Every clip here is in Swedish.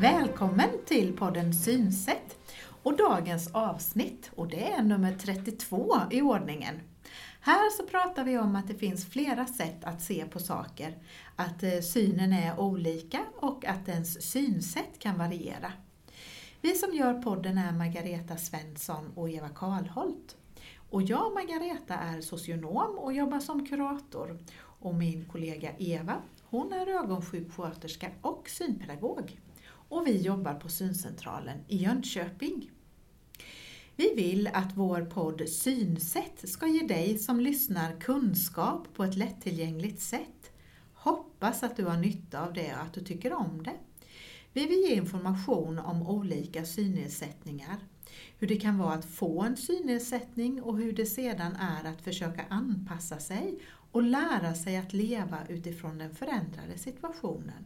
Välkommen till podden Synsätt och dagens avsnitt, och det är nummer 32 i ordningen. Här så pratar vi om att det finns flera sätt att se på saker, att synen är olika och att ens synsätt kan variera. Vi som gör podden är Margareta Svensson och Eva Karlholt. Och jag, Margareta, är socionom och jobbar som kurator. Och min kollega Eva, hon är ögonsjuksköterska och synpedagog. Och vi jobbar på Syncentralen i Jönköping. Vi vill att vår podd Synsätt ska ge dig som lyssnar kunskap på ett lättillgängligt sätt. Hoppas att du har nytta av det och att du tycker om det. Vi vill ge information om olika synnedsättningar, hur det kan vara att få en synnedsättning och hur det sedan är att försöka anpassa sig och lära sig att leva utifrån den förändrade situationen.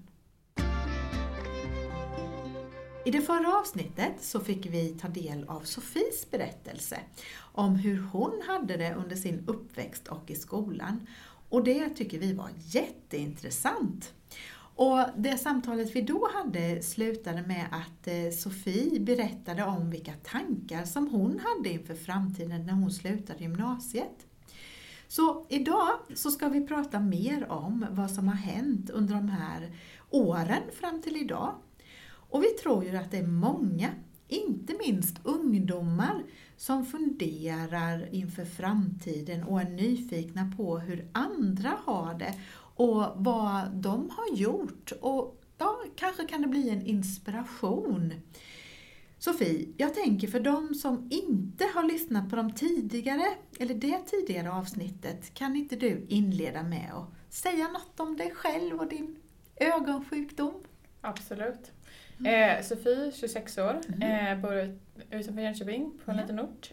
I det förra avsnittet så fick vi ta del av Sofies berättelse om hur hon hade det under sin uppväxt och i skolan. Och det tycker vi var jätteintressant. Och det samtalet vi då hade slutade med att Sofie berättade om vilka tankar som hon hade inför framtiden när hon slutade gymnasiet. Så idag så ska vi prata mer om vad som har hänt under de här åren fram till idag. Och vi tror ju att det är många, inte minst ungdomar, som funderar inför framtiden och är nyfikna på hur andra har det och vad de har gjort. Och ja, kanske kan det bli en inspiration. Sofie, jag tänker för de som inte har lyssnat på det tidigare avsnittet, kan inte du inleda med att säga något om dig själv och din ögonsjukdom? Absolut. Sofie, 26 år, bor utanför Jönköping på en liten ort.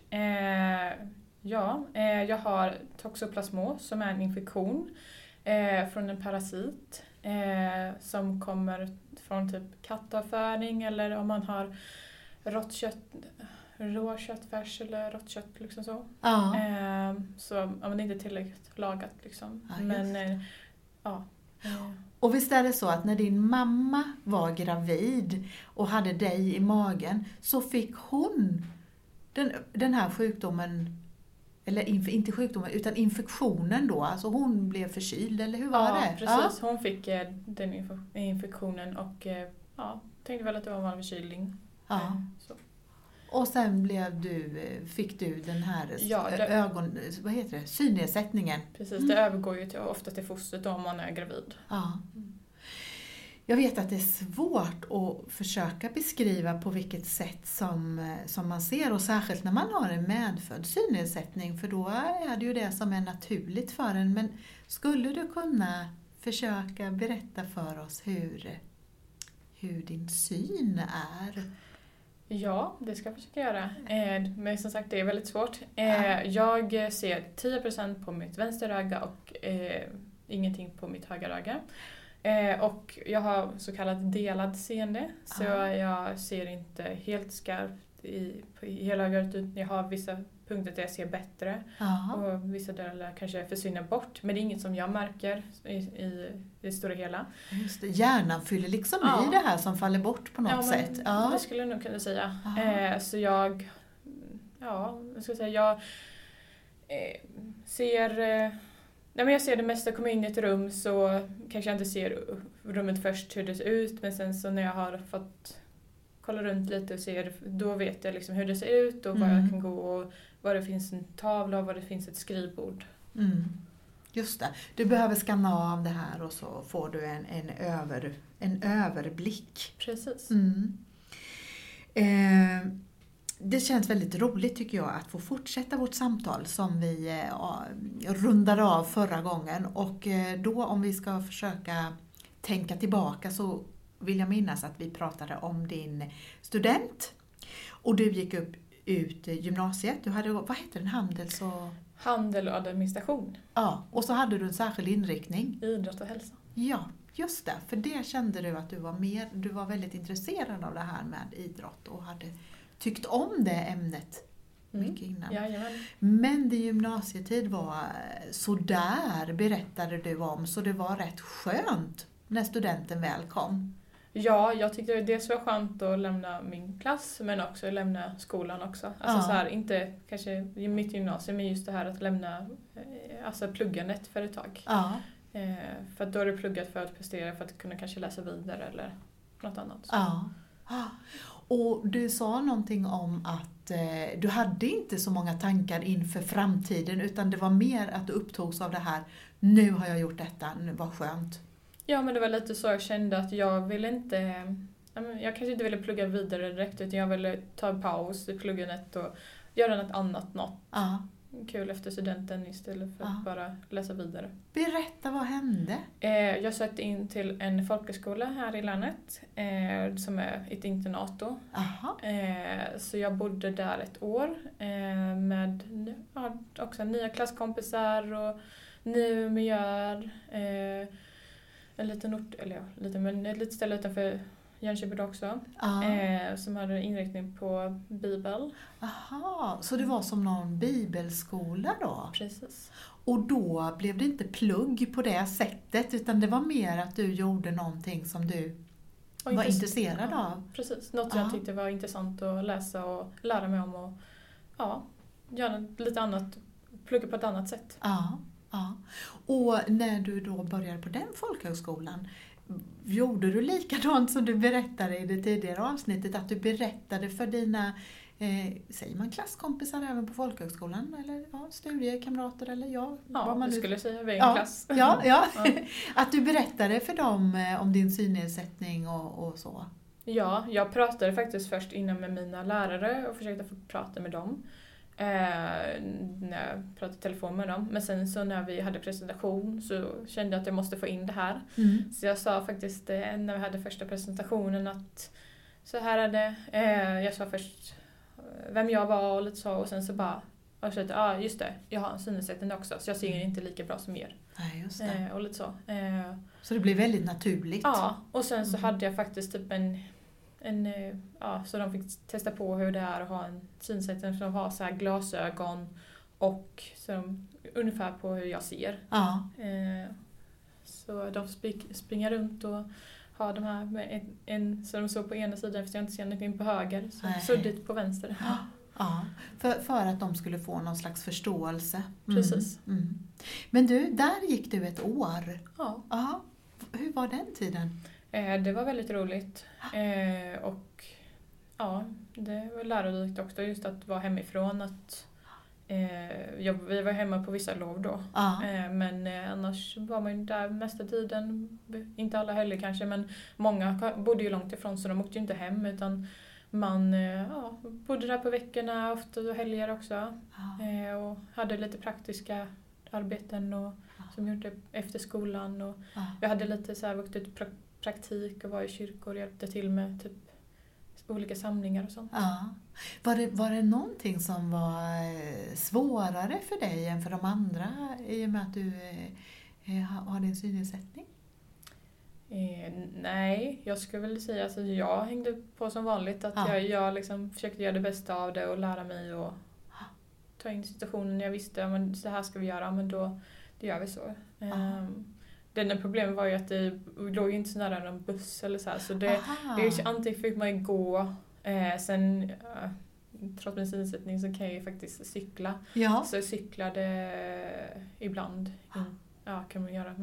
Jag har toxoplasmos som är en infektion från en parasit som kommer från typ kattavföring eller om man har råköttfärs eller rått kött liksom så. Ja. Så om det inte är tillräckligt lagat liksom. Ja, men Och visst är det så att när din mamma var gravid och hade dig i magen så fick hon den här sjukdomen, eller inte sjukdomen utan infektionen då, alltså hon blev förkyld, eller hur var det? Precis. Ja, hon fick den infektionen och tänkte väl att det var en vanlig förkylning. Ja. Så. Och sen fick du den här synnedsättningen. Precis, det övergår ju ofta till fostret om man är gravid. Ja. Jag vet att det är svårt att försöka beskriva på vilket sätt som man ser, och särskilt när man har en medfödd synnedsättning, för då är det ju det som är naturligt för en. Men skulle du kunna försöka berätta för oss hur din syn är? Ja, det ska jag försöka göra. Men som sagt, det är väldigt svårt. Jag ser 10% på mitt vänstra öga och ingenting på mitt högra öga. Och jag har så kallat delad seende. Så jag ser inte helt skarpt i hela ögat. Jag har vissa punkter där jag ser bättre. Och vissa delar kanske försvinner bort. Men det är inget som jag märker i det stora hela. Just det, hjärnan fyller liksom i det här som faller bort på något sätt. Ja, det skulle jag nog kunna säga. Så jag ser... Nej, men jag ser det mesta, komma in i ett rum så kanske jag inte ser rummet först hur det ser ut, men sen så när jag har fått kolla runt lite och ser, då vet jag liksom hur det ser ut och var jag kan gå och var det finns en tavla och var det finns ett skrivbord. Just det, du behöver skanna av det här och så får du en överblick. Precis. Det känns väldigt roligt tycker jag att få fortsätta vårt samtal som vi rundade av förra gången. Och då om vi ska försöka tänka tillbaka så vill jag minnas att vi pratade om din student. Och du gick ut gymnasiet. Du hade, vad heter den? Handel och administration. Ja, och så hade du en särskild inriktning. Idrott och hälsa. Ja, just det. För det kände du att du var väldigt intresserad av det här med idrott och hade tyckt om det ämnet mycket innan. Jajamän. Men din gymnasietid var sådär, berättade du om, så det var rätt skönt när studenten väl kom. Ja, jag tyckte det var skönt att lämna min klass men också lämna skolan också. Alltså så här, inte kanske i mitt gymnasium men just det här att lämna alltså pluggandet för ett tag. Ja. För att då har du pluggat för att prestera för att kunna kanske läsa vidare eller något annat. Ja. Och du sa någonting om att du hade inte så många tankar inför framtiden utan det var mer att du upptogs av det här, nu har jag gjort detta, vad skönt. Ja, men det var lite så jag kände att jag ville inte, jag kanske inte ville plugga vidare direkt utan jag ville ta en paus i pluggandet och göra något annat, något kul efter studenten istället för att bara läsa vidare. Berätta, vad hände? Jag sökte in till en folkhögskola här i länet som är ett internat då. Så jag bodde där ett år med också nya klasskompisar och nya miljöer. En liten ort, eller men ett litet ställe utanför Jönköping också. Som hade inriktning på bibel. Aha, så det var som någon bibelskola då? Precis. Och då blev det inte plugg på det sättet utan det var mer att du gjorde någonting som du var intresserad av? Precis, något jag tyckte var intressant att läsa och lära mig om och göra lite annat, plugga på ett annat sätt. Ja. Och när du då började på den folkhögskolan, gjorde du likadant som du berättade i det tidigare avsnittet, att du berättade för dina säger man klasskompisar även på folkhögskolan eller studiekamrater eller vad man skulle säga vid en klass. Ja. Att du berättade för dem om din synnedsättning och så. Ja, jag pratade faktiskt först innan med mina lärare och försökte få prata med dem. När jag pratade i telefon med dem. Men sen så när vi hade presentation så kände jag att jag måste få in det här. Så jag sa faktiskt när vi hade första presentationen att så här är det. Jag sa först vem jag var och lite så och sen så bara just det, jag har en synnedsättning också så jag ser inte lika bra som er. Nej, just det. Och lite så. Så det blev väldigt naturligt. Ja, och sen så hade jag faktiskt typ så de fick testa på hur det är att ha en synsättning som har så här glasögon och så ungefär på hur jag ser. Så de springer runt och har de här med en så de såg på ena sidan för jag inte ser någonting på höger så suddigt på vänster. Ja, för att de skulle få någon slags förståelse. Precis. Men du, där gick du ett år. Ja. Hur var den tiden? Det var väldigt roligt. Och det var lärorikt också just att vara hemifrån. Att, vi var hemma på vissa lov då. Men annars var man ju där mesta tiden. Inte alla heller kanske, men många bodde ju långt ifrån så de åkte ju inte hem utan man bodde där på veckorna, ofta och helger också. Och hade lite praktiska arbeten och, som gjorde efter skolan. Och jag hade lite så här vuxit ut praktik och var i kyrkor och hjälpte till med typ olika samlingar och sånt. Var det någonting som var svårare för dig än för de andra i och med att du har din synnedsättning? Nej, jag skulle väl säga att alltså, jag hängde på som vanligt. Att jag liksom försökte göra det bästa av det och lära mig och ta in situationen. Jag visste att så här ska vi göra, men då gör vi så. Det enda problemet var ju att det låg inte så nära någon buss eller så här. Så det antingen fick man ju gå. Sen trots min synnedsättning så kan jag ju faktiskt cykla. Så jag cyklade ibland. Kan man göra.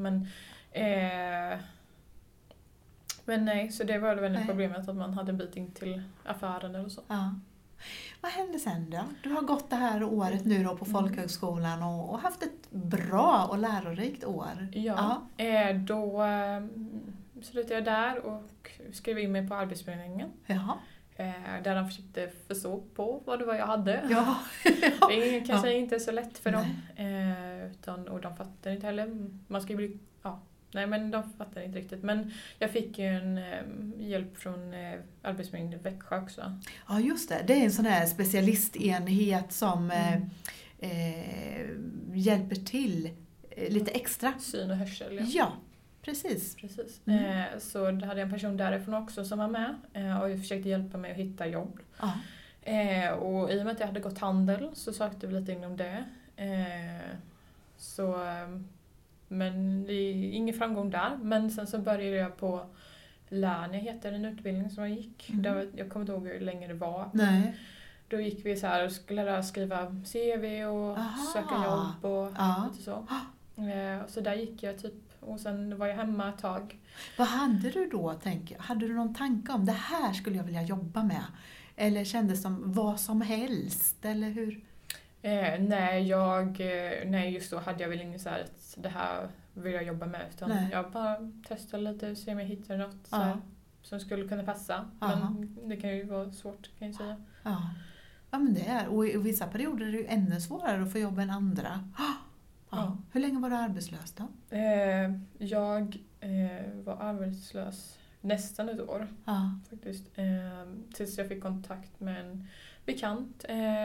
Men nej, så det var väl ett problemet att man hade en bit in till affären eller så. Vad hände sen då? Du har gått det här året nu då på folkhögskolan och haft ett bra och lärorikt år. Då slutade jag där och skrev in mig på Arbetsförmedlingen. Där de försökte förstå på vad det var jag hade. Det är kanske inte så lätt för dem. Och de fattar inte heller. Man ska bli... Nej, men de fattar inte riktigt. Men jag fick ju en hjälp från Arbetsförmedlingen i Växjö också. Ja, just det. Det är en sån här specialistenhet som hjälper till lite extra. Syn och hörsel, Ja, precis. Så det hade en person därifrån också som var med och försökte hjälpa mig att hitta jobb. Och i och med att jag hade gått handel så sökte vi lite inom det. Men det är ingen framgång där. Men sen så började jag på Lernia heter en utbildning som jag gick. Jag kommer inte ihåg hur länge det var. Nej. Då gick vi så här och skulle lära skriva CV och söka jobb och lite så. Så där gick jag typ. Och sen var jag hemma ett tag. Vad hade du då? Hade du någon tanke om det här skulle jag vilja jobba med? Eller kändes som vad som helst? Eller hur? Nej, just då hade jag väl inget så här att det här vill jag jobba med. Utan jag bara testade lite och se om jag hittar något så här, som skulle kunna passa. Men det kan ju vara svårt, kan jag säga. Ja, men det är. Och i vissa perioder är det ju ännu svårare att få jobb än andra. Hur länge var du arbetslös då? Jag var arbetslös nästan ett år faktiskt. Tills jag fick kontakt med en bekant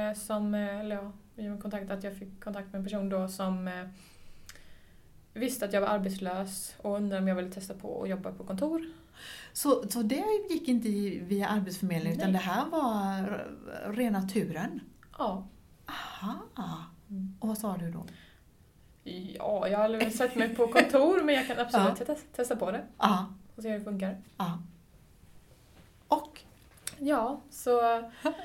att jag fick kontakt med en person då som visste att jag var arbetslös och undrade om jag ville testa på att jobba på kontor. Så det gick inte via Arbetsförmedlingen utan det här var rena turen? Ja. Aha. Och vad sa du då? Ja, jag har aldrig sett mig på kontor men jag kan absolut testa på det. Och se hur det funkar. Och? Ja, så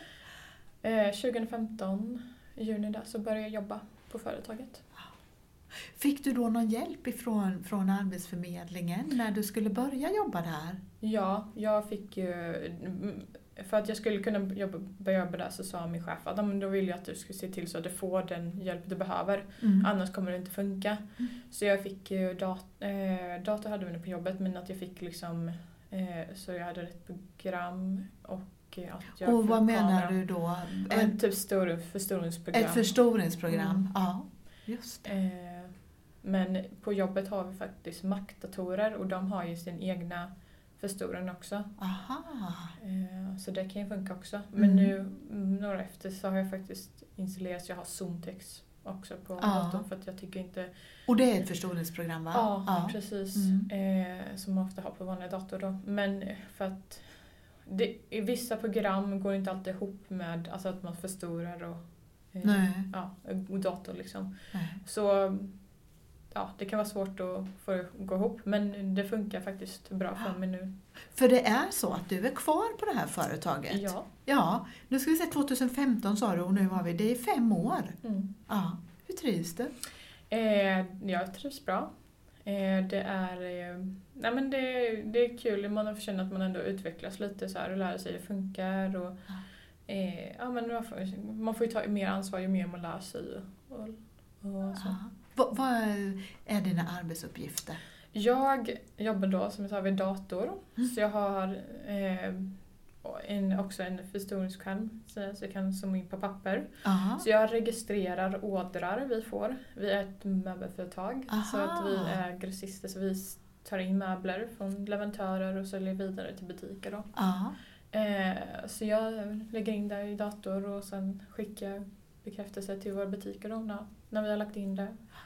2015 i juni där så började jag jobba på företaget. Fick du då någon hjälp från Arbetsförmedlingen när du skulle börja jobba där? Ja, jag fick ju... För att jag skulle kunna börja jobba där så sa min chef att då vill jag att du ska se till så att du får den hjälp du behöver. Annars kommer det inte funka. Så jag fick ju dator hade vi nu på jobbet men att jag fick liksom... så jag hade ett program och att jag... Och vad menar du då? Typ förstoringsprogram. Ett förstoringsprogram, ja. Just det. Men på jobbet har vi faktiskt Mac-datorer och de har ju sin egna förstoring också. Så det kan ju funka också. Men nu, några efter så har jag faktiskt installerat så jag har Zoomtext också på datorn för att jag tycker inte... Och det är ett förstoringsprogram va? Ja, precis. Som man ofta har på vanliga dator då. Men för att i vissa program går inte alltid ihop med alltså att man förstorar och dator liksom. Så det kan vara svårt att få det gå ihop men det funkar faktiskt bra för mig nu. För det är så att du är kvar på det här företaget? Ja, nu ska vi se 2015 sa du och nu har vi, det är 5 år. Ja, hur trivs du? Jag trivs bra. Det är kul, man får känna att man ändå utvecklas lite så här och lära sig hur det funkar och man får ju ta mer ansvar ju mer man lär sig och så. Vad är dina arbetsuppgifter? Jag jobbar då som jag sa vid dator. Så jag har också en förstoringsskärm så jag kan zooma in på papper. Så jag registrerar ordrar vi får. Vi är ett möbelföretag så att vi är grossister så vi tar in möbler från leverantörer och säljer vidare till butiker då. Så jag lägger in det i dator och sen skickar bekräftelse till våra butiker då, när vi har lagt in det.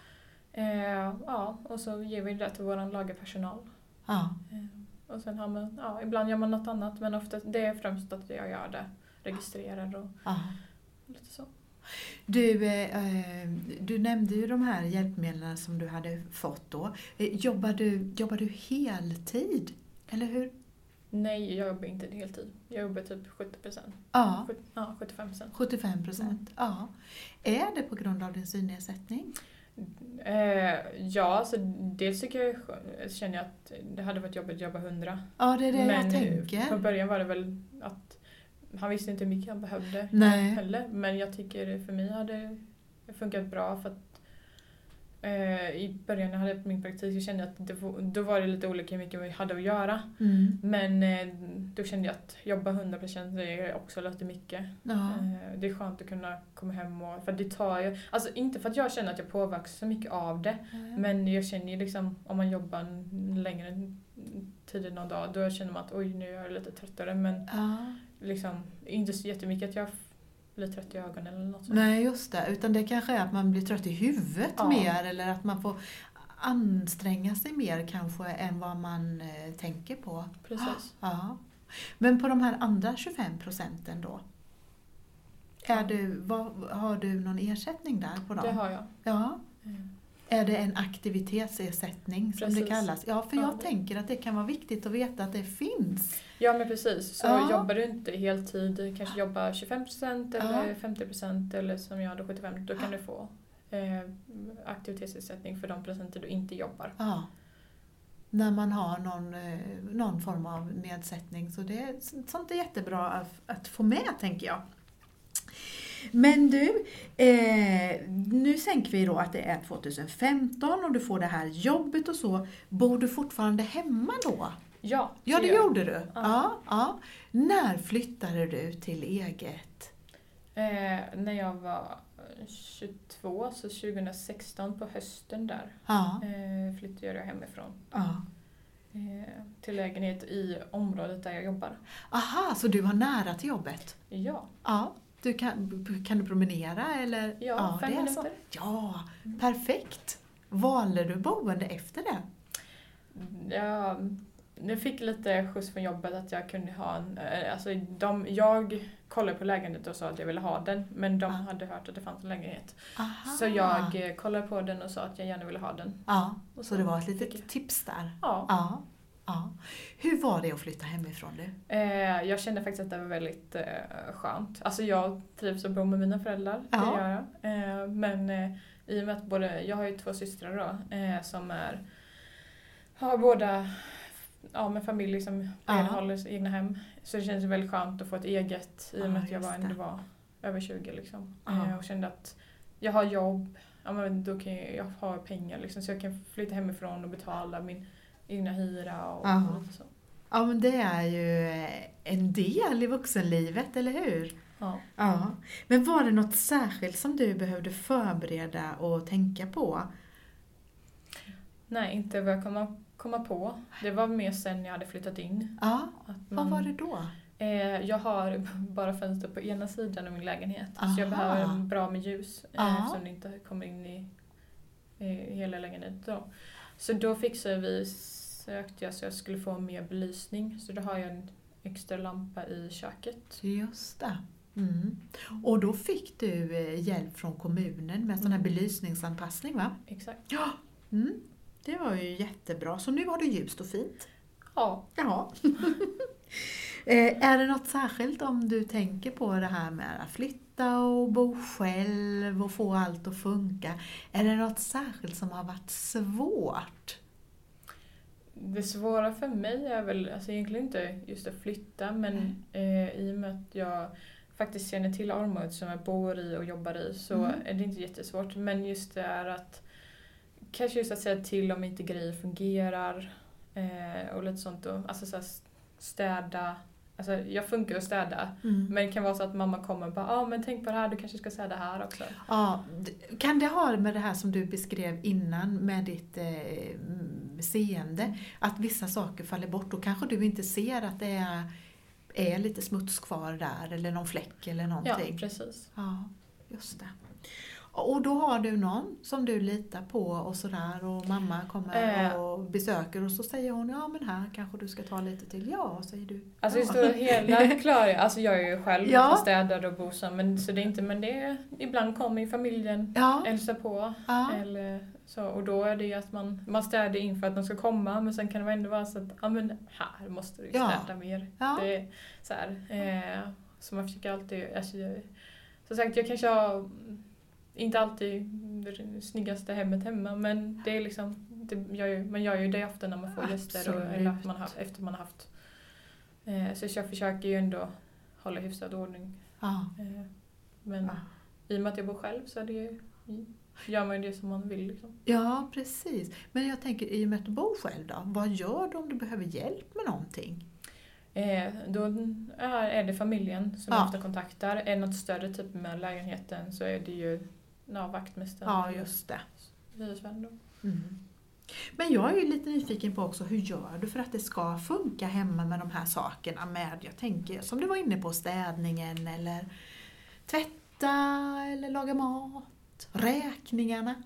Och så ger vi det till vår lagerpersonal. Och sen har man, ibland gör man något annat men ofta det är främst att jag gör det. Registrerar och lite så. Du nämnde ju de här hjälpmedlen som du hade fått då. Jobbar du heltid? Eller hur? Nej, jag jobbar inte heltid. Jag jobbar typ 70%. 75%. 75%, ja. Är det på grund av din synnedsättning? Så dels känner jag att det hade varit jobbigt att jobba 100. Ja, det är det jag tänker. På början var det väl att han visste inte hur mycket han behövde heller. Men jag tycker för mig hade det funkat bra för att i början när jag hade min praktik så kände jag att då var det lite olika hur mycket vi hade att göra. Men då kände jag att jobba 100% det är också lite mycket. Det är skönt att kunna komma hem för det tar ju, alltså inte för att jag känner att jag påverkas så mycket av det. Men jag känner ju liksom om man jobbar en längre tid någon dag då känner man att nu är jag lite tröttare men liksom inte så jättemycket att jag blir trött i ögonen eller något sånt. Nej, just det. Utan det kanske är att man blir trött i huvudet mer eller att man får anstränga sig mer kanske än vad man tänker på. Precis. Men på de här andra 25% då? Har du någon ersättning där på dem? Det har jag. Ja. är det en aktivitetsersättning som Precis. det kallas? Ja, för Ja, jag tänker att det kan vara viktigt att veta att det finns. Ja, men precis. Så Ja. jobbar du inte heltid, kanske jobbar 25% eller 50% eller som jag då 75%, då kan du få aktivitetsersättning för de procenter du inte jobbar. Ja. När man har någon form av nedsättning. Så sånt är jättebra att få med, tänker jag. Men du, nu tänker vi då att det är 2015 och du får det här jobbet och så. Bor du fortfarande hemma då? Ja, det gjorde du. Ja. Ja. När flyttade du till eget? När jag var 22, så 2016 på hösten där, flyttade jag hemifrån. Ja. Till lägenhet i området där jag jobbar. Aha, så du har nära till jobbet? Ja. Ja. Kan du promenera eller? Ja, 5 minuter. Så. Ja, perfekt. Valde du boende efter det? Ja, jag fick lite skjuts från jobbet att jag kunde ha jag kollade på lägenheten och sa att jag ville ha den, men de hade hört att det fanns en lägenhet. Aha. Så jag kollade på den och sa att jag gärna ville ha den. Ja, så det var ett litet tips där. Ja. Ja. Hur var det att flytta hemifrån du? Jag kände faktiskt att det var väldigt skönt. Alltså jag trivs att bo med mina föräldrar, men i och med att jag har ju 2 systrar då, som har båda med familj som håller egna hem. Så det känns väldigt skönt att få ett eget, i och med att jag ändå var över 20 liksom. Och kände att jag har jobb, men då kan jag ha pengar liksom, så jag kan flytta hemifrån och betala min egna hyra och lite så. Ja, men det är ju en del i vuxenlivet, eller hur? Ja. Men var det något särskilt som du behövde förbereda och tänka på? Nej, inte vad jag komma på. Det var mer sen jag hade flyttat in. Ja, vad var det då? Jag har bara fönster på ena sidan av min lägenhet. Så jag behöver bra med ljus som det inte kommer in i hela lägenheten då. Så då sökte jag så jag skulle få mer belysning. Så då har jag en extra lampa i köket. Just det. Mm. Och då fick du hjälp från kommunen med sån här belysningsanpassning, va? Exakt. Ja. Mm. Det var ju jättebra. Så nu har du ljust och fint. Ja. Är det något särskilt om du tänker på det här med att flytta och bo själv och få allt att funka? Är det något särskilt som har varit svårt? Det svåra för mig är väl egentligen inte just att flytta, men i och med att jag faktiskt känner till området som jag bor i och jobbar i, så är det inte jättesvårt. Men just det är att kanske just att säga till om inte grejer fungerar och lite sånt då. Alltså så här, städa. Alltså jag funkar att städa, men det kan vara så att mamma kommer och bara, men tänk på det här, du kanske ska städa här också. Ja, kan det ha med det här som du beskrev innan med ditt seende, att vissa saker faller bort och kanske du inte ser att det är lite smuts kvar där eller någon fläck eller någonting. Ja, precis. Ja, just det. Och då har du någon som du litar på och sådär, och mamma kommer och besöker och så säger hon, men här kanske du ska ta lite till. Ja, säger du. Alltså i stora hela klarar jag. Alltså jag är ju själv städare och bosar, men så det är inte, men det ibland kommer ju familjen hälsa på eller så, och då är det ju att man städar in för att de ska komma, men sen kan det ändå vara så att men här måste du städa mer. Det är så här, så man försöker alltid, så sagt, jag kanske har inte alltid det snyggaste hemmet hemma, men det är liksom, man gör ju det ofta när man får gäster eller att efter man har haft. Så jag försöker ju ändå hålla hyfsad ordning. Men i och med att jag bor själv så är det gör man ju det som man vill liksom. Ja, precis. Men jag tänker, i och med att du bor själv då, vad gör du om du behöver hjälp med någonting? Då är det familjen som jag ofta kontaktar. Är något större typ med lägenheten så är det ju vaktmästaren. Ja, just det. Hyresvärden då. Men jag är ju lite nyfiken på också, hur gör du för att det ska funka hemma med de här sakerna med, jag tänker, som du var inne på, städningen eller tvätta eller laga mat, räkningarna.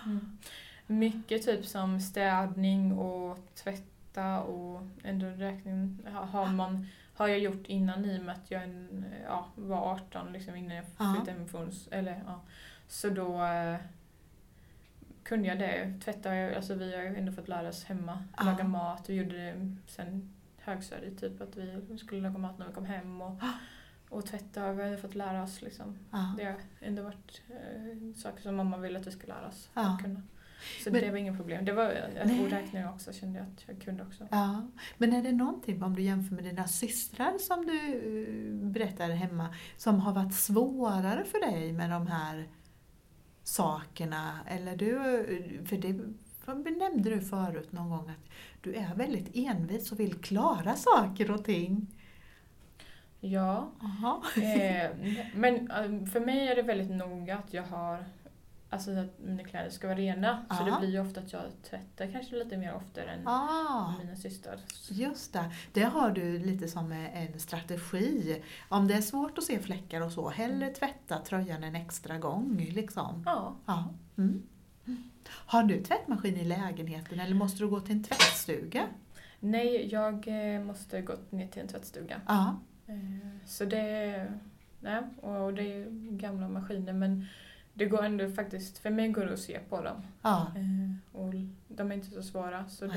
Mycket typ som städning och tvätta och ändå räkning har jag gjort innan, i och med att jag var 18 liksom, innan jag flyttade hemifrån. Så då kunde jag det. Tvätta, alltså vi har ju ändå fått lära oss hemma. Laga mat. Vi gjorde det sen högstadiet typ att vi skulle laga mat när vi kom hem och tvätta. Vi hade fått lära oss liksom. Det har ändå varit saker som mamma ville att vi skulle lära oss att kunna. Så det var ingen problem. Det var oräkning också, kände jag att jag kunde också. Ja. Men är det någonting, om du jämför med dina systrar som du berättade hemma, som har varit svårare för dig med de här sakerna? Eller för det nämnde du förut någon gång att du är väldigt envis och vill klara saker och ting. Ja. Men för mig är det väldigt noga att jag har, alltså att mina kläder ska vara rena. Så det blir ju ofta att jag tvättar kanske lite mer ofta än mina systrar. Just det. Det har du lite som en strategi. Om det är svårt att se fläckar och så, hellre tvätta tröjan en extra gång liksom. Ja. Mm. Har du tvättmaskin i lägenheten eller måste du gå till en tvättstuga? Nej, jag måste gå ner till en tvättstuga. Så det och det är gamla maskiner, men det går ändå faktiskt, för mig går det att se på dem. Och de är inte så svåra. Så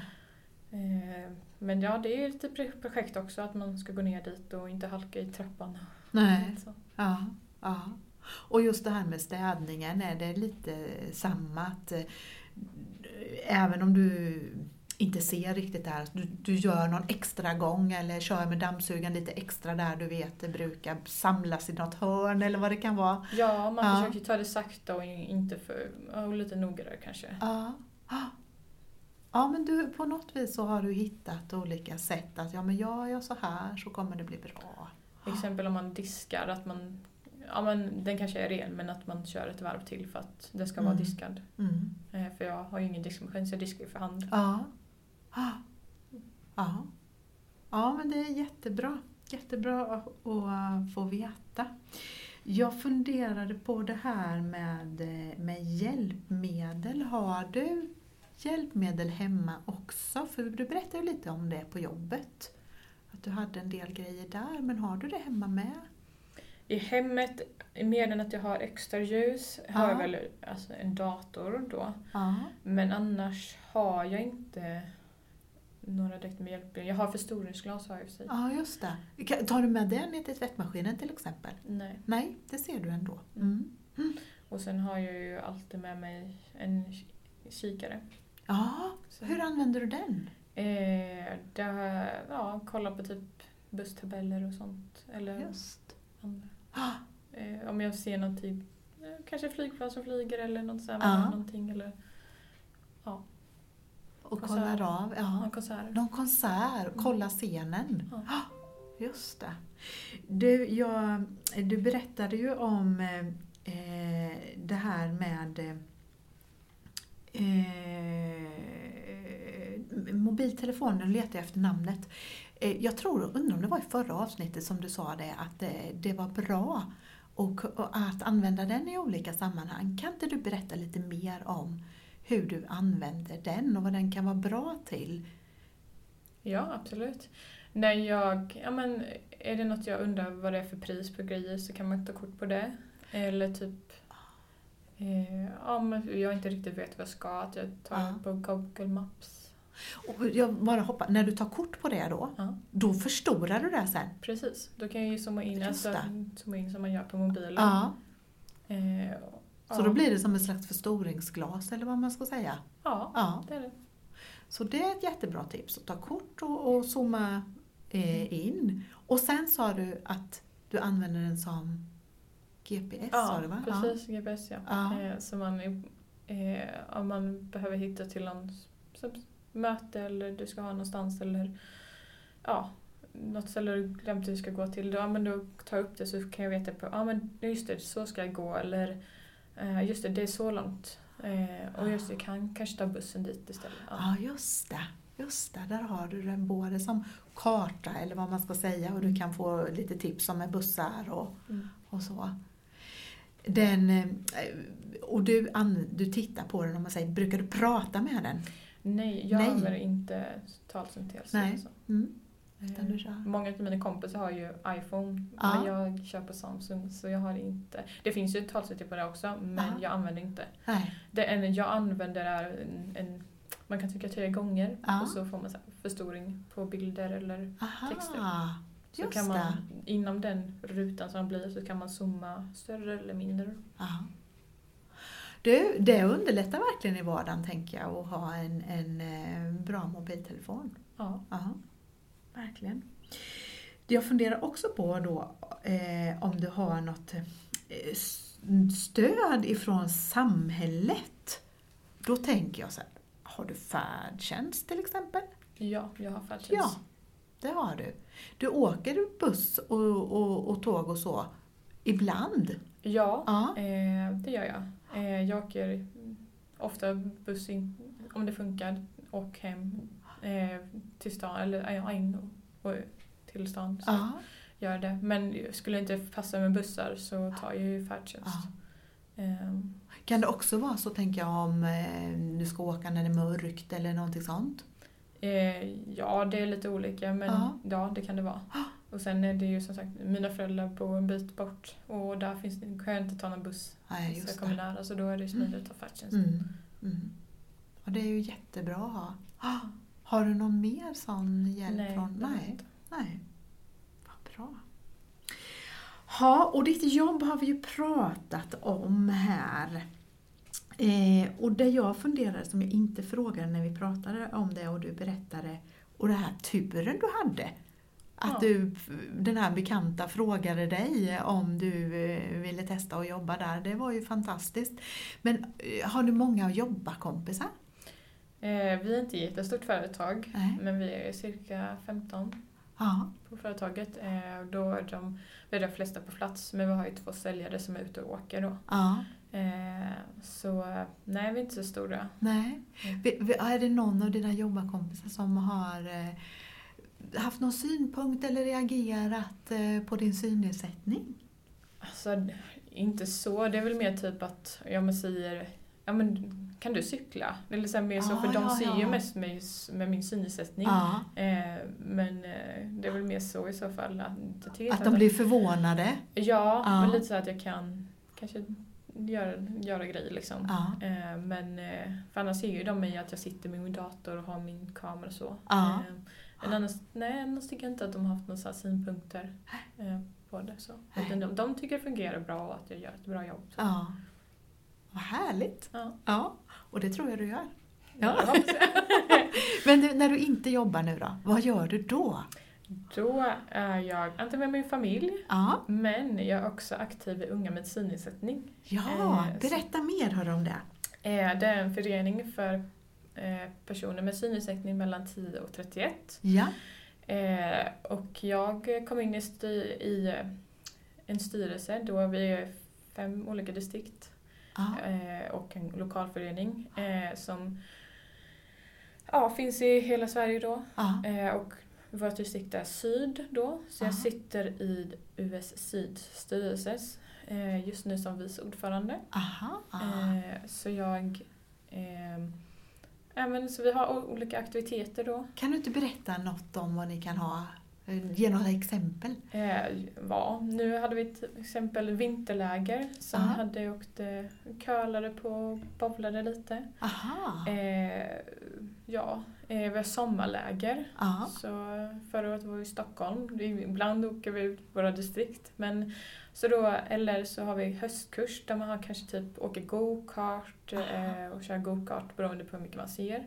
men ja, det är lite projekt också att man ska gå ner dit och inte halka i trappan. Nej. Ja. Och just det här med städningen, är det lite samma att även om du inte ser riktigt där, att du gör någon extra gång eller kör med dammsugan lite extra där du vet det brukar samlas i något hörn eller vad det kan vara. Ja, man försöker ta det sakta och inte och lite noggrannare kanske. Ja, men du, på något vis så har du hittat olika sätt att men gör jag så här så kommer det bli bra. Exempel om man diskar, att man den kanske är ren men att man kör ett varv till för att det ska vara diskad. För jag har ju ingen diskmaskin så jag diskar ju för hand. Ja, men det är jättebra att få veta. Jag funderade på det här med hjälpmedel. Har du hjälpmedel hemma också? För du berättade ju lite om det på jobbet. Att du hade en del grejer där, men har du det hemma med? I hemmet, mer än att jag har extra ljus, har jag väl alltså en dator då. Men annars har jag inte några direkt med hjälpmedel. Jag har förstoringsglas har jag i sig. Ja, just det. Tar du med den ner till tvättmaskinen till exempel? Nej, det ser du ändå. Och sen har jag ju alltid med mig en kikare. Hur använder du den? Kolla på typ busstabeller och sånt. Eller just. Om jag ser någonting, kanske flygplan som flyger eller något så här, någonting eller och kollar av någon konsert, kolla scenen. Just det. Du berättade ju om det här med mobiltelefonen, letar jag efter namnet. Jag undrar om det var i förra avsnittet som du sa det, att det var bra och att använda den i olika sammanhang. Kan inte du berätta lite mer om hur du använder den och vad den kan vara bra till? Ja, absolut. Är det något jag undrar vad det är för pris på grejer så kan man ta kort på det. Eller typ om jag inte riktigt vet vad jag ska, att jag tar på Google Maps. Och jag bara hoppas, när du tar kort på det då förstorar du det sen? Precis, då kan jag ju zooma in som man gör på mobilen. Så då blir det som ett slags förstoringsglas eller vad man ska säga? Ja, det är det. Så det är ett jättebra tips, att ta kort och zooma in. Och sen sa du att du använder den som GPS, sa du va? Precis, GPS så om man behöver hitta till någon möte eller du ska ha någonstans eller något ställe du glömt att du ska gå till, då tar jag upp det så kan jag veta på, just det, så ska jag gå eller just det är så långt och just det, kan kanske ta bussen dit istället. Just det, där har du den både som karta eller vad man ska säga och du kan få lite tips om bussar och så. Och du tittar på den, om man säger, brukar du prata med den? Nej, jag använder inte talsyntesen. Nej. Utan du kör. Många av mina kompisar har ju iPhone, Ja. men jag kör på Samsung så jag har inte. Det finns ju talsystem på det också, men Ja. jag använder inte. Nej. Det enda jag använder är man kan trycka 3 gånger Ja. och så får man så här förstoring på bilder eller Aha. texter. Så Just kan man det. inom den rutan som blir så kan man zooma större eller mindre. Ja. Du, det underlättar verkligen i vardagen tänker jag att ha en bra mobiltelefon. Ja. Ja, verkligen. Jag funderar också på då om du har något stöd ifrån samhället. Då tänker jag så här, har du färdtjänst till exempel? Ja, jag har färdtjänst. Ja, det har du. Du åker buss och tåg och så ibland? Ja, Ja. det gör jag. Jag åker ofta buss in, om det funkar, och hem till stan, eller in och till stan. Så Ja. gör det. Men skulle det inte passa med bussar så tar jag ju färdtjänst. Kan det också vara så, tänker jag, om du ska åka när det är mörkt eller någonting sånt? Ja, det är lite olika, men ja, det kan det vara. Och sen är det ju som sagt, mina föräldrar bor en bit bort och där kan jag inte ta någon buss. Nej, Så just jag kommer det. nära, så då är det smidigt att ta färdtjänst. Och det är ju jättebra att ha. Har du någon mer sån hjälp? Nej, från? det har jag Nej. inte. Nej. Vad bra. Ja, och ditt jobb har vi ju pratat om här. Och det jag funderade, som jag inte frågade när vi pratade om det och du berättade, och det här turen du hade. Att den här bekanta frågade dig om du ville testa att jobba där. Det var ju fantastiskt. Men har du många jobbarkompisar? Vi är inte ett jättestort företag, Nej. men vi är cirka 15 Ja. på företaget. Då är vi är de flesta på plats, men vi har ju 2 säljare som är ute och åker då. Ja. Så nej, vi är inte så stora. Nej. Är det någon av dina jobbarkompisar som har haft någon synpunkt eller reagerat på din synnedsättning? Alltså, inte så. Det är väl mer typ att jag säger, ja men kan du cykla? Eller så här mer så, för de ser ju mest mig med min synnedsättning. Ja. Men det är väl mer så i så fall. Att de blir förvånade? Ja, men lite så att jag kan kanske göra grejer liksom. Ja. Men för annars ser ju de mig att jag sitter med min dator och har min kamera och så. Ja. Men annars tycker jag inte att de har haft några så här synpunkter på det. Så. Utan de tycker det fungerar bra och att jag gör ett bra jobb. Så. Ja. Vad härligt. Ja. Ja. Och det tror jag du gör. Ja. Men när du inte jobbar nu då, vad gör du då? Då är jag antingen med min familj, Ja. men jag är också aktiv i Unga med synnedsättning. Ja, berätta mer hör om det. Det är en förening för personer med synnedsättning mellan 10 och 31. Ja. Och jag kom in i en styrelse då vi är 5 olika distrikt och en lokalförening som finns i hela Sverige då. Och vårt distrikt är Syd då, så jag sitter i US Syds styrelses just nu som vice ordförande. Så jag så vi har olika aktiviteter då. Kan du inte berätta något om vad ni kan ha? Ge några exempel. Nu hade vi till exempel vinterläger som hade åkt curlade på och bowlade lite. Vi har sommarläger. Så förra året var vi i Stockholm. Ibland åker vi ut våra distrikt. Men, eller så har vi höstkurs där man kanske typ åker go-kart och kör go-kart beroende på hur mycket man ser.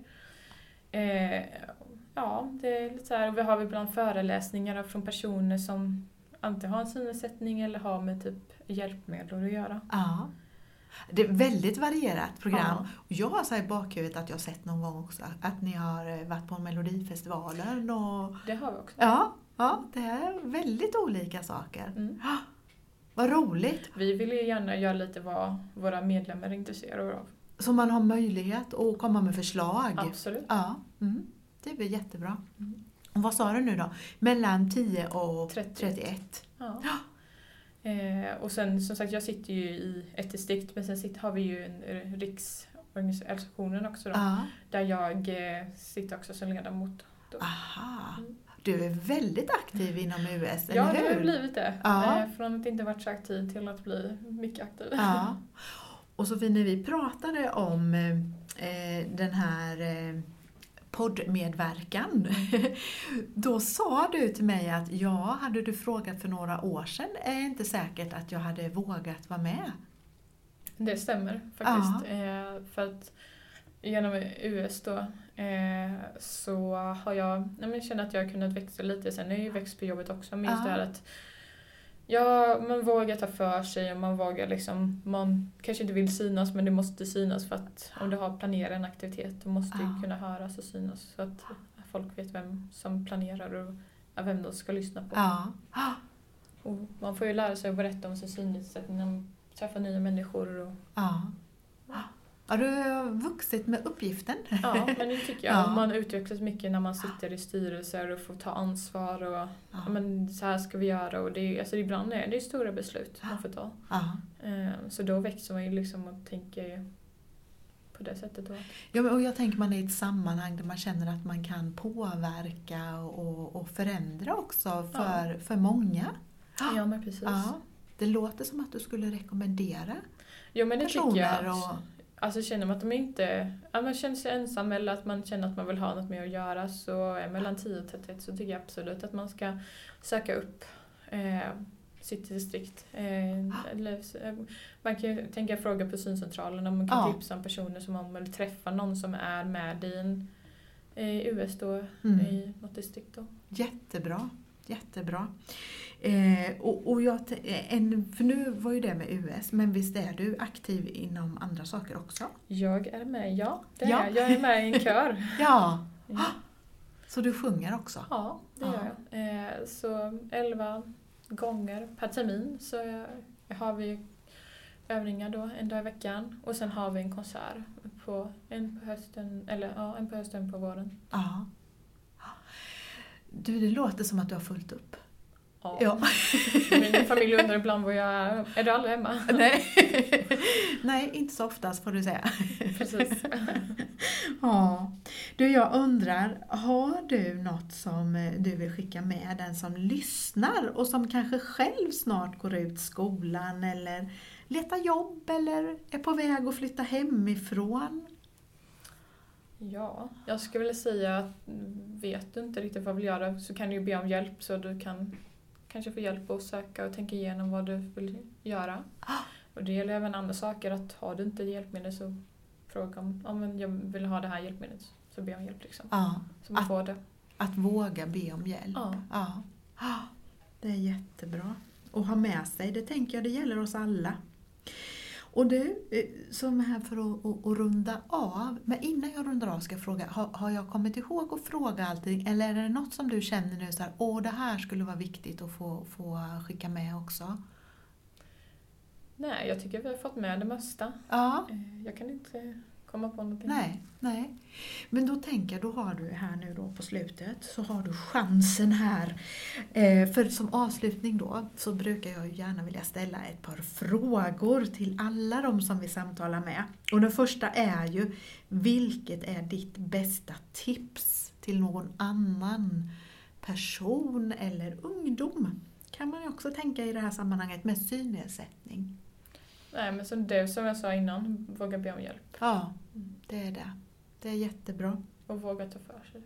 Det är lite så här. Och vi har ibland föreläsningar från personer som antingen har en synnedsättning eller har med typ hjälpmedel att göra. Ja. Det är väldigt varierat program. Och jag har så här i bakhuvudet att jag har sett någon gång också att ni har varit på Melodifestivalen. Och... Det har vi också. Ja, det är väldigt olika saker. Vad roligt. Vi vill ju gärna göra lite vad våra medlemmar är intresserade av. Så man har möjlighet att komma med förslag. Absolut. Ja, det är väl jättebra. Och vad sa du nu då? Mellan 10 och 31? Ja. Och sen som sagt, jag sitter ju i ett distrikt, men sen har vi ju en riksorganisationen också då, där jag sitter också som ledamot. då. Aha. Du är väldigt aktiv inom US, eller Ja, hur? det har blivit det. Ja. Från att inte varit så aktiv till att bli mycket aktiv. Ja. Och Sofie, när vi pratade om den här poddmedverkan, då sa du till mig att hade du frågat för några år sedan är det inte säkert att jag hade vågat vara med. Det stämmer faktiskt. För att genom US då så har jag känner att jag har kunnat växa lite. Sen har jag ju växt på jobbet också. Men just det här att man vågar ta för sig och man vågar liksom, man kanske inte vill synas men det måste synas för att om du har planerat en aktivitet då måste du kunna höras och synas så att folk vet vem som planerar och vem de ska lyssna på. Och man får ju lära sig att berätta om sin synnedsättning när man träffar nya människor. Och... Ja, du har vuxit med uppgiften. Ja, men det tycker jag. Man utvecklas mycket när man sitter i styrelser och får ta ansvar och men så här ska vi göra och det alltså ibland är det stora beslut man får ta. Så då växer man ju liksom och tänker på det sättet då. Ja, och jag tänker man är i ett sammanhang där man känner att man kan påverka och förändra också för många. Ja, men precis. Det låter som att du skulle rekommendera men det personer tycker jag. Alltså känner man att de inte, man känner sig ensam eller att man känner att man vill ha något med att göra så mellan 10 och 31 så tycker jag absolut att man ska söka upp sitt distrikt. Man kan ju tänka fråga på syncentralen om man kan tipsa om personer som om eller träffa någon som är med i US då i något distrikt då. Jättebra. Och för nu var ju det med US, men visst är du aktiv inom andra saker också? Jag är med, jag är med i en kör. Ja. Så du sjunger också? Ja, det gör jag. Så 11 gånger per termin så har vi övningar då en dag i veckan och sen har vi en konsert en på hösten på våren. Ja. Du, det låter som att du har fullt upp. Ja. Min familj undrar ibland var jag är. Är du aldrig hemma? Nej, inte så oftast får du säga. Precis. Ja. Du, jag undrar, har du något som du vill skicka med den som lyssnar och som kanske själv snart går ut skolan eller letar jobb eller är på väg att flytta hemifrån? Ja, jag skulle vilja säga att vet du inte riktigt vad du vill göra så kan du ju be om hjälp så du kan kanske få hjälp att söka och tänka igenom vad du vill göra. Och det gäller även andra saker att har du inte hjälpmedel så fråga om jag vill ha det här hjälpmedlet så be om hjälp liksom. Så man får det. Att våga be om hjälp. Ja. Det är jättebra. Och ha med sig, det tänker jag det gäller oss alla. Och du, som här för att runda av, men innan jag rundar av ska jag fråga, har jag kommit ihåg att fråga allting eller är det något som du känner nu så här, det här skulle vara viktigt att få skicka med också? Nej, jag tycker vi har fått med det mesta. Ja. Jag kan inte komma på någonting. Nej. Men då tänker jag, då har du här nu då på slutet så har du chansen här. För som avslutning då så brukar jag ju gärna vilja ställa ett par frågor till alla de som vi samtalar med. Och den första är ju, vilket är ditt bästa tips till någon annan person eller ungdom? Kan man ju också tänka i det här sammanhanget med synnedsättning. Nej, men som jag sa innan, våga be om hjälp. Ja, det är det. Det är jättebra. Och våga ta för sig.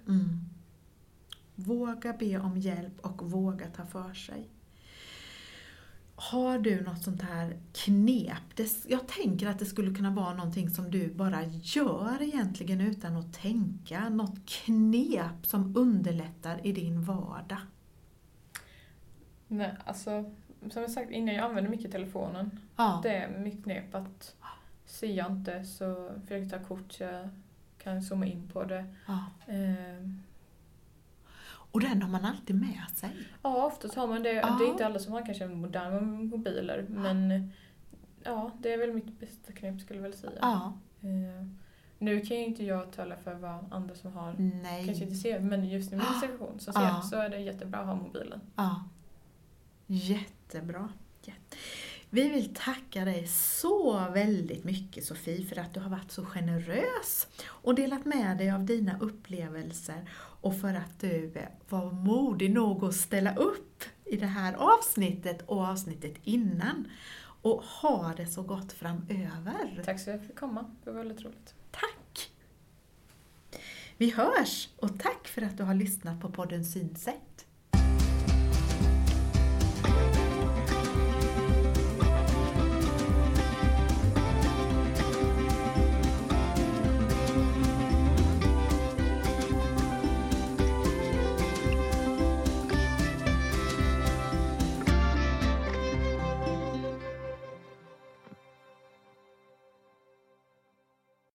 Våga be om hjälp och våga ta för sig. Har du något sånt här knep? Jag tänker att det skulle kunna vara någonting som du bara gör egentligen utan att tänka. Något knep som underlättar i din vardag. Nej, alltså som jag sagt innan, jag använder mycket telefonen. Ja. Det är mycket knep att ser jag inte så försöker ta kort så jag kan zooma in på det. Ja. Och den har man alltid med sig? Ja, ofta har man det. Ja. Det är inte alla som har kanske moderna mobiler. Men ja, det är väl mitt bästa knep skulle jag väl säga. Ja. Nu kan ju inte jag tala för vad andra som har kanske inte ser. Men just i min situation som ser så är det jättebra att ha mobilen. Ja. Jättebra. Vi vill tacka dig så väldigt mycket, Sofie, för att du har varit så generös och delat med dig av dina upplevelser och för att du var modig nog att ställa upp i det här avsnittet och avsnittet innan. Och ha det så gott framöver. Tack så mycket för att jag fick komma. Det var väldigt roligt. Tack! Vi hörs och tack för att du har lyssnat på podden Synsätt.